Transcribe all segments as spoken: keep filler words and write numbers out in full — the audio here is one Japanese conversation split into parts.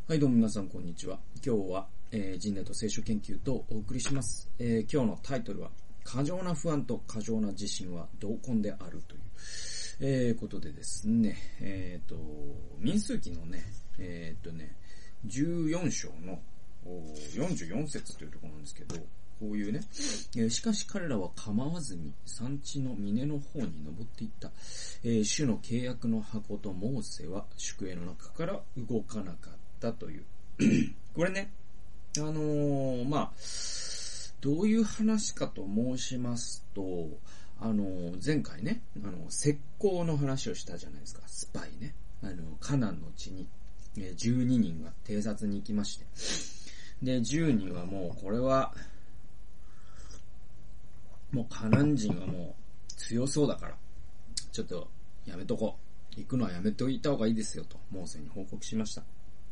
はい、どうも皆さんこんにちは。今日は、えー、人類と聖書研究とお送りします。えー、今日のタイトルは、過剰な不安と過剰な自信は同根であるという、えー、ことでですね、えっと、民数記のね、えっとね、じゅうよん章のよんじゅうよん節というところなんですけど、こういうね、えー、しかし彼らは構わずに山地の峰の方に登っていった。えー、主の契約の箱とモーセは宿営の中から動かなかった。というこれね、あのー、まあどういう話かと申しますと、あのー、前回ね、あの石膏の話をしたじゃないですか。スパイね、あのカナンの地に、えー、じゅうににんが偵察に行きまして、でじゅうにんはもうこれはもうカナン人はもう強そうだからちょっとやめとこう、行くのはやめておいた方がいいですよとモーセに報告しました。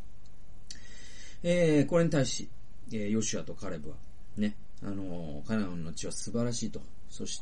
えー、これに対し、えー、ヨシュアとカレブは、ね、あのー、カナンの地は素晴らしいと。そして、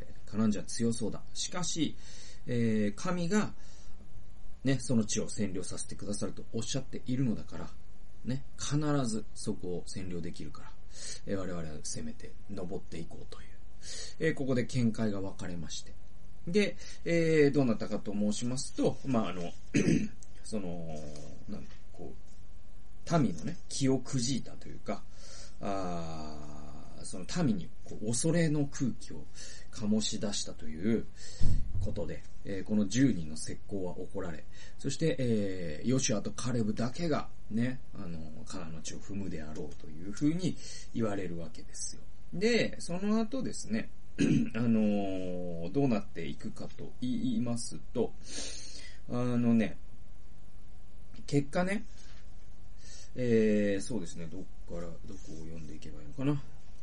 カナン人は強そうだ。しかし、えー、神が、ね、その地を占領させてくださるとおっしゃっているのだから、ね、必ずそこを占領できるから、えー、我々は攻めて登っていこうという。えー、ここで見解が分かれまして。で、えー、どうなったかと申しますと、まあ、あの、その、なんだ、こう、民のね、気をくじいたというか、あその民にこう恐れの空気を醸し出したということで、えー、このじゅうにんの石膏は怒られ、そして、えー、ヨシュアとカレブだけがね、あの、カナンの地を踏むであろうというふうに言われるわけですよ。で、その後ですね、あのー、どうなっていくかと言いますと、あのね、結果ね、えー、そうですね、どっから、どこを読んでいけばいいのかな。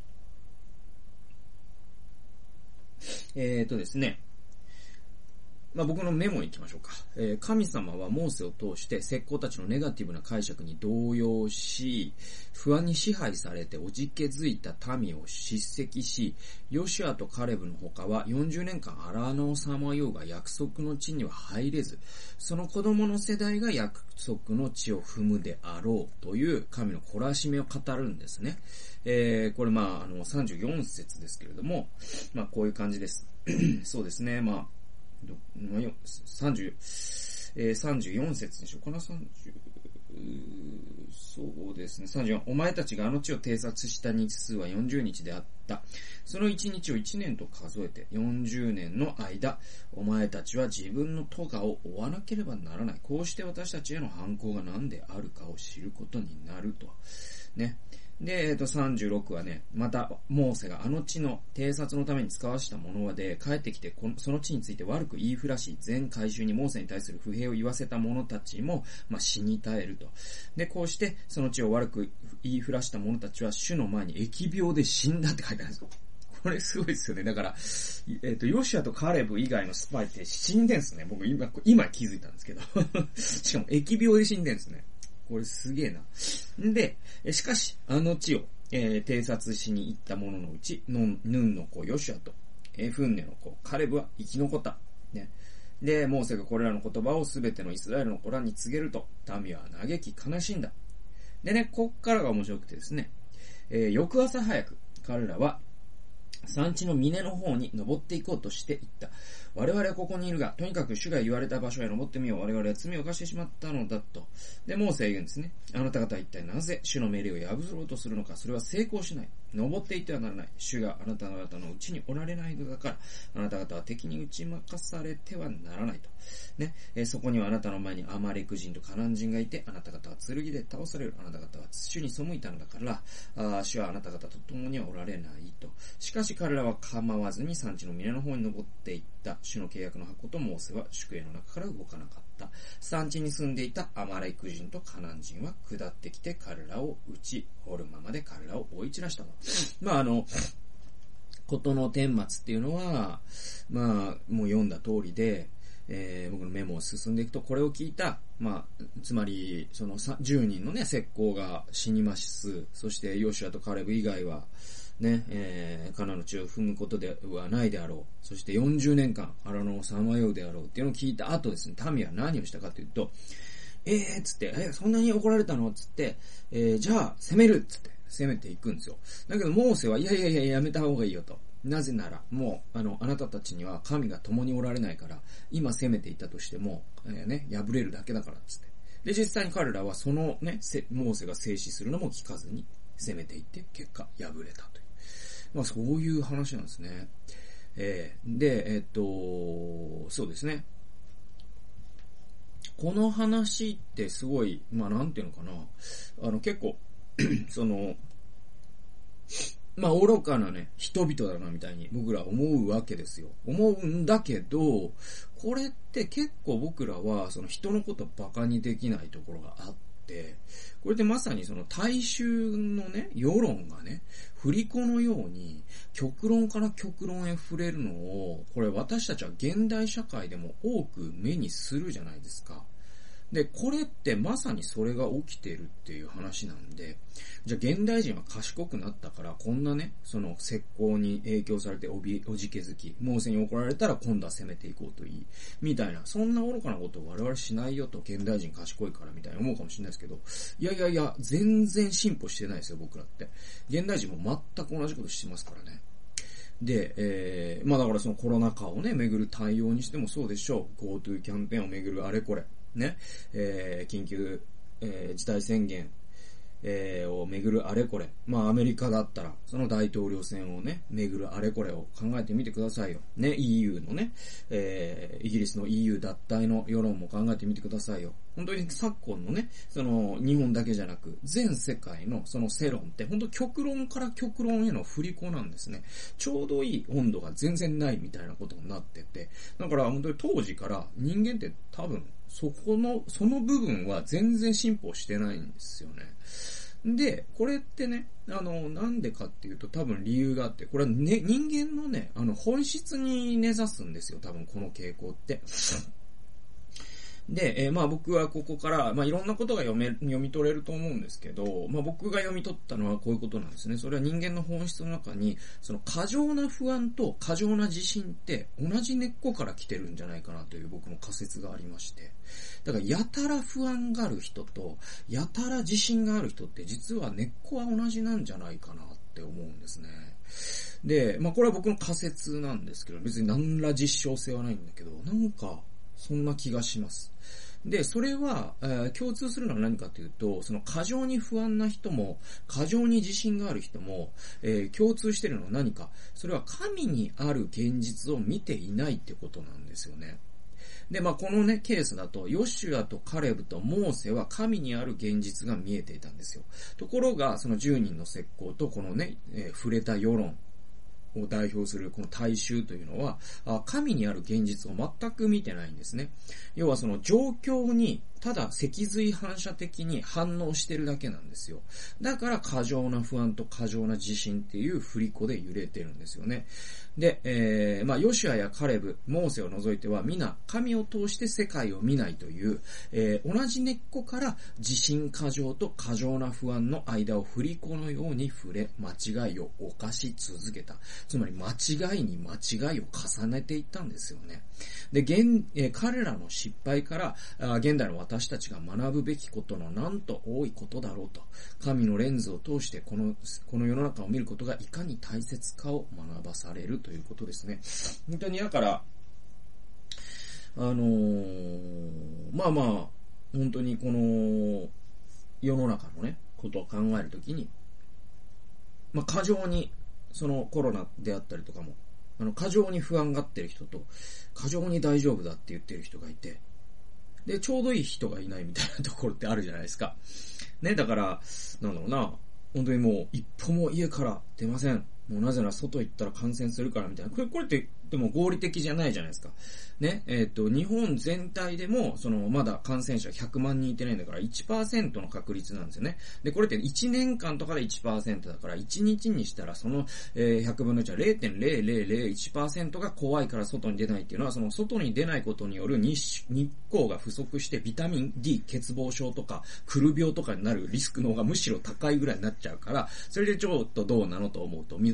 えーとですね、まあ、僕のメモに行きましょうか。えー、神様はモーセを通して石膏たちのネガティブな解釈に動揺し、不安に支配されておじけづいた民を叱責し、ヨシュアとカレブの他はよんじゅうねんかん荒野をさまようが約束の地には入れず、その子供の世代が約束の地を踏むであろうという神の懲らしめを語るんですね。えー、これまあ、あの、さんじゅうよん節ですけれども、まあこういう感じです。そうですね、まあ、さんじゅう、えー、さんじゅうよん節でしょうかな、さんじゅう、そうですね、さんじゅうよん、お前たちがあの地を偵察した日数はよんじゅうにちであった。そのいちにちをいちねんと数えて、よんじゅうねんの間、お前たちは自分の咎を負わなければならない。こうして私たちへの犯行が何であるかを知ることになると。ね。で、えっと、さんじゅうろくはね、また、モーセがあの地の偵察のために使わしたもので、帰ってきてこの、その地について悪く言いふらし、全回収にモーセに対する不平を言わせた者たちも、まあ、死に絶えると。で、こうして、その地を悪く言いふらした者たちは、主の前に疫病で死んだって書いてあるんですよ。これすごいですよね。だから、えっと、ヨシュアとカレブ以外のスパイって死んでんすね。僕今、今気づいたんですけど。しかも、疫病で死んでんすね。これすげえな。んで、しかし、あの地を、えー、偵察しに行った者のうち、ヌンの子ヨシュアと、エフンネの子カレブは生き残った。ね。で、モーセがこれらの言葉をすべてのイスラエルの子らに告げると、民は嘆き悲しんだ。でね、こっからが面白くてですね、えー、翌朝早く、彼らは、山地の峰の方に登っていこうとしていった。我々はここにいるが、とにかく主が言われた場所へ登ってみよう。我々は罪を犯してしまったのだと。で、モーセは言うんですね。あなた方は一体なぜ主の命令を破ろうとするのか。それは成功しない。登っていってはならない。主があなた方のうちにおられないのだから、あなた方は敵に打ち負かされてはならないと。ね、えー、そこにはあなたの前にアマレク人とカナン人がいて、あなた方は剣で倒される。あなた方は主に背いたのだから、あ主はあなた方と共にはおられないと。しかし彼らは構わずに山地の峰の方に登っていった。主の契約の箱とモーセは宿営の中から動かなかった。山地に住んでいたアマレク人とカナン人は下ってきて彼らを打ち掘るままで彼らを追い散らしたと。まああの、事の顛末っていうのは、まあもう読んだ通りで、えー、僕のメモを進んでいくと、これを聞いた、まあ、つまり、そのじゅうにんのね、石膏が死にます。そして、ヨシュアとカレブ以外は、ね、えー、カナンの地を踏むことではないであろう。そしてよんじゅうねんかん荒野をさまようであろうっていうのを聞いた後ですね、民は何をしたかというと、 えーっつって、え、そんなに怒られたのつって、えー、じゃあ、攻めるっつって、攻めていくんですよ。だけど、モーセは、いやいやいや、やめた方がいいよと。なぜなら、もう、あの、あなたたちには神が共におられないから、今攻めていったとしても、えー、ね、敗れるだけだからっつって。で、実際に彼らはそのね、モーセが制止するのも聞かずに、攻めていって、結果、敗れたという。まあ、そういう話なんですね。えー、で、えー、っと、そうですね。この話ってすごい、まあなんていうのかな、あの結構、その、まあ愚かなね、人々だなみたいに僕ら思うわけですよ。思うんだけど、これって結構僕らはその人のことバカにできないところがあって、これでまさにその大衆のね、世論がね、振り子のように極論から極論へ触れるのを、これ私たちは現代社会でも多く目にするじゃないですか。で、これってまさにそれが起きているっていう話なんで、じゃあ現代人は賢くなったからこんなね、その石膏に影響されておび、おじけづき、モーセに怒られたら今度は攻めていこうといい、みたいな、そんな愚かなことを我々しないよと現代人賢いからみたいな思うかもしれないですけど、いやいやいや、全然進歩してないですよ、僕らって。現代人も全く同じことしてますからね。で、えー、まあだからそのコロナ禍をね、めぐる対応にしてもそうでしょう。GoTo キャンペーンをめぐるあれこれ。ね、えー、緊急、えー、事態宣言、えー、をめぐるあれこれ。まあアメリカだったら、その大統領選をね、めぐるあれこれを考えてみてくださいよ。ね、イーユー のね、えー、イギリスの イーユー 脱退の世論も考えてみてくださいよ。本当に昨今のね、その日本だけじゃなく、全世界のその世論って本当極論から極論への振り子なんですね。ちょうどいい温度が全然ないみたいなことになってて、だから本当に当時から人間って多分そこの、その部分は全然進歩してないんですよね。で、これってね、あの、なんでかっていうと多分理由があって、これはね、人間のね、あの、本質に根ざすんですよ、多分この傾向って。で、えー、まあ僕はここから、まあいろんなことが読め、読み取れると思うんですけど、まあ僕が読み取ったのはこういうことなんですね。それは人間の本質の中に、その過剰な不安と過剰な自信って同じ根っこから来てるんじゃないかなという僕の仮説がありまして。だからやたら不安がある人と、やたら自信がある人って実は根っこは同じなんじゃないかなって思うんですね。で、まあこれは僕の仮説なんですけど、別に何ら実証性はないんだけど、なんか、そんな気がします。で、それは、えー、共通するのは何かというと、その過剰に不安な人も、過剰に自信がある人も、えー、共通しているのは何か。それは神にある現実を見ていないってことなんですよね。で、まあ、このね、ケースだと、ヨシュアとカレブとモーセは神にある現実が見えていたんですよ。ところが、そのじゅうにんの石膏とこのね、えー、触れた世論、を代表するこの大衆というのは、神にある現実を全く見てないんですね。要はその状況にただ脊髄反射的に反応してるだけなんですよ。だから過剰な不安と過剰な自信っていう振り子で揺れてるんですよね。で、えー、まあ、ヨシュアやカレブ、モーセを除いては皆神を通して世界を見ないという、えー、同じ根っこから自信過剰と過剰な不安の間を振り子のように触れ、間違いを犯し続けた。つまり間違いに間違いを重ねていったんですよね。で、現、えー、彼らの失敗からあ現代の私たちが学ぶべきことのなんと多いことだろうと。神のレンズを通してこの、この世の中を見ることがいかに大切かを学ばされるということですね。本当にだから、あのー、まあまあ、本当にこの世の中のね、ことを考えるときに、まあ過剰にそのコロナであったりとかも、あの過剰に不安がってる人と、過剰に大丈夫だって言ってる人がいて、で、ちょうどいい人がいないみたいなところってあるじゃないですか。ね、だから、なんだろうな、本当にもう一歩も家から出ません。もうなぜなら外行ったら感染するからみたいな。これ、これってでも合理的じゃないじゃないですか。ね。えっと、日本全体でも、その、まだ感染者ひゃくまんにんいてないんだから いちパーセント の確率なんですよね。で、これっていちねんかんとかで いちパーセント だから、いちにちにしたらその、えー、ひゃくぶんのいちは ゼロてんゼロゼロゼロいちパーセント が怖いから外に出ないっていうのは、その外に出ないことによる日、日光が不足してビタミン D、欠乏症とか、くる病とかになるリスクの方がむしろ高いぐらいになっちゃうから、それでちょっとどうなのと思うと、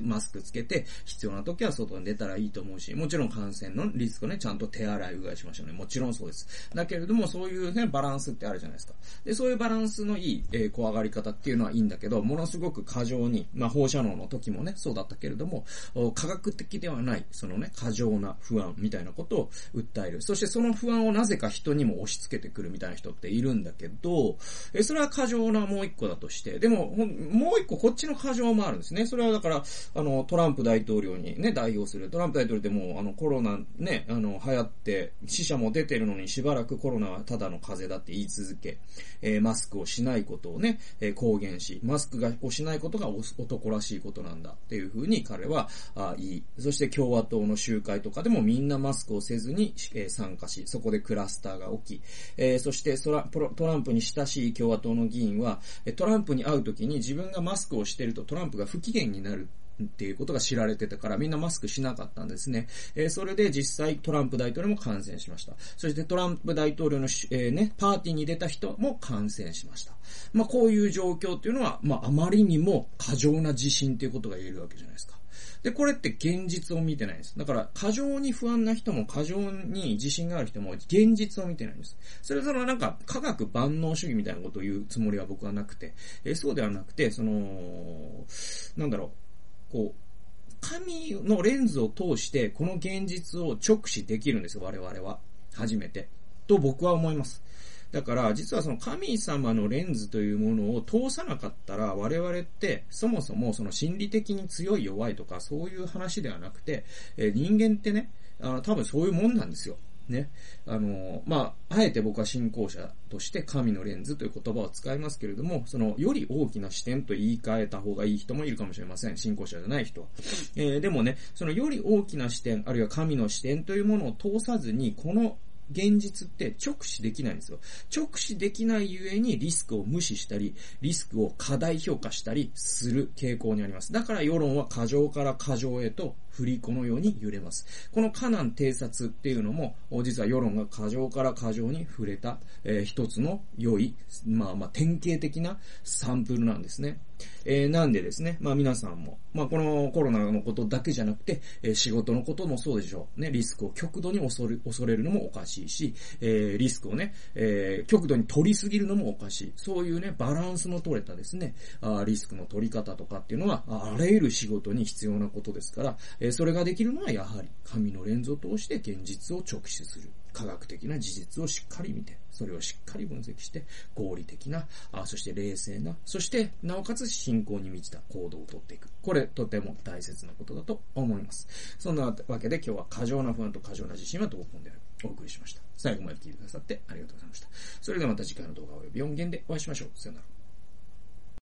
マスクつけて、必要な時は外に出たらいいと思うし、もちろん感染のリスクね、ちゃんと手洗いうがいしましょうね。もちろんそうです。だけれども、そういうね、バランスってあるじゃないですか。で、そういうバランスのいい、えー、怖がり方っていうのはいいんだけど、ものすごく過剰に、まあ、放射能の時もね、そうだったけれども、科学的ではない、そのね、過剰な不安みたいなことを訴える。そしてその不安をなぜか人にも押し付けてくるみたいな人っているんだけど、え、それは過剰なもう一個だとして、でも、もう一個こっちの過剰もあるんですね。それはだから、あの、トランプ大統領にね、代表する。トランプ大統領でもう、あの、コロナね、あの、流行って、死者も出てるのにしばらくコロナはただの風邪だって言い続け、えー、マスクをしないことをね、えー、公言し、マスクがをしないことが男らしいことなんだっていうふうに彼はあ言い、そして共和党の集会とかでもみんなマスクをせずに、えー、参加し、そこでクラスターが起き、えー、そしてトラ、トランプに親しい共和党の議員は、トランプに会うときに自分がマスクをしているとトランプが不機嫌になるっていうことが知られてたからみんなマスクしなかったんですね。えー、それで実際トランプ大統領も感染しました。そしてトランプ大統領の、えー、ね、パーティーに出た人も感染しました。まあこういう状況っていうのは、まああまりにも過剰な自信っていうことが言えるわけじゃないですか。で、これって現実を見てないんです。だから、過剰に不安な人も過剰に自信がある人も現実を見てないんです。それぞれなんか科学万能主義みたいなことを言うつもりは僕はなくて、えー、そうではなくて、その、なんだろう、こう、神のレンズを通してこの現実を直視できるんですよ、我々は。初めて。と僕は思います。だから、実はその神様のレンズというものを通さなかったら、我々ってそもそもその心理的に強い弱いとかそういう話ではなくて、えー、人間ってね、あの、多分そういうもんなんですよ。ね。あの、まあ、あえて僕は信仰者として神のレンズという言葉を使いますけれども、その、より大きな視点と言い換えた方がいい人もいるかもしれません。信仰者じゃない人は。えー、でもね、そのより大きな視点、あるいは神の視点というものを通さずに、この現実って直視できないんですよ。直視できないゆえにリスクを無視したり、リスクを過大評価したりする傾向にあります。だから世論は過剰から過剰へと振り子のように揺れます。このカナン偵察っていうのも、実は世論が過剰から過剰に触れた、えー、一つの良い、まあまあ典型的なサンプルなんですね。えー、なんでですね、まあ皆さんも、まあこのコロナのことだけじゃなくて、えー、仕事のこともそうでしょう。ね、リスクを極度に恐れ、恐れるのもおかしいし、えー、リスクをね、えー、極度に取りすぎるのもおかしい。そういうね、バランスの取れたですね、あリスクの取り方とかっていうのは、あらゆる仕事に必要なことですから、えー、それができるのはやはり神のレンズを通して現実を直視する。科学的な事実をしっかり見て、それをしっかり分析して、合理的な、あそして冷静な、そしてなおかつ信仰に満ちた行動をとっていく。これとても大切なことだと思います。そんなわけで今日は過剰な不安と過剰な自信はどう本である。お送りしました。最後まで聞いてくださってありがとうございました。それではまた次回の動画および音源でお会いしましょう。さよなら。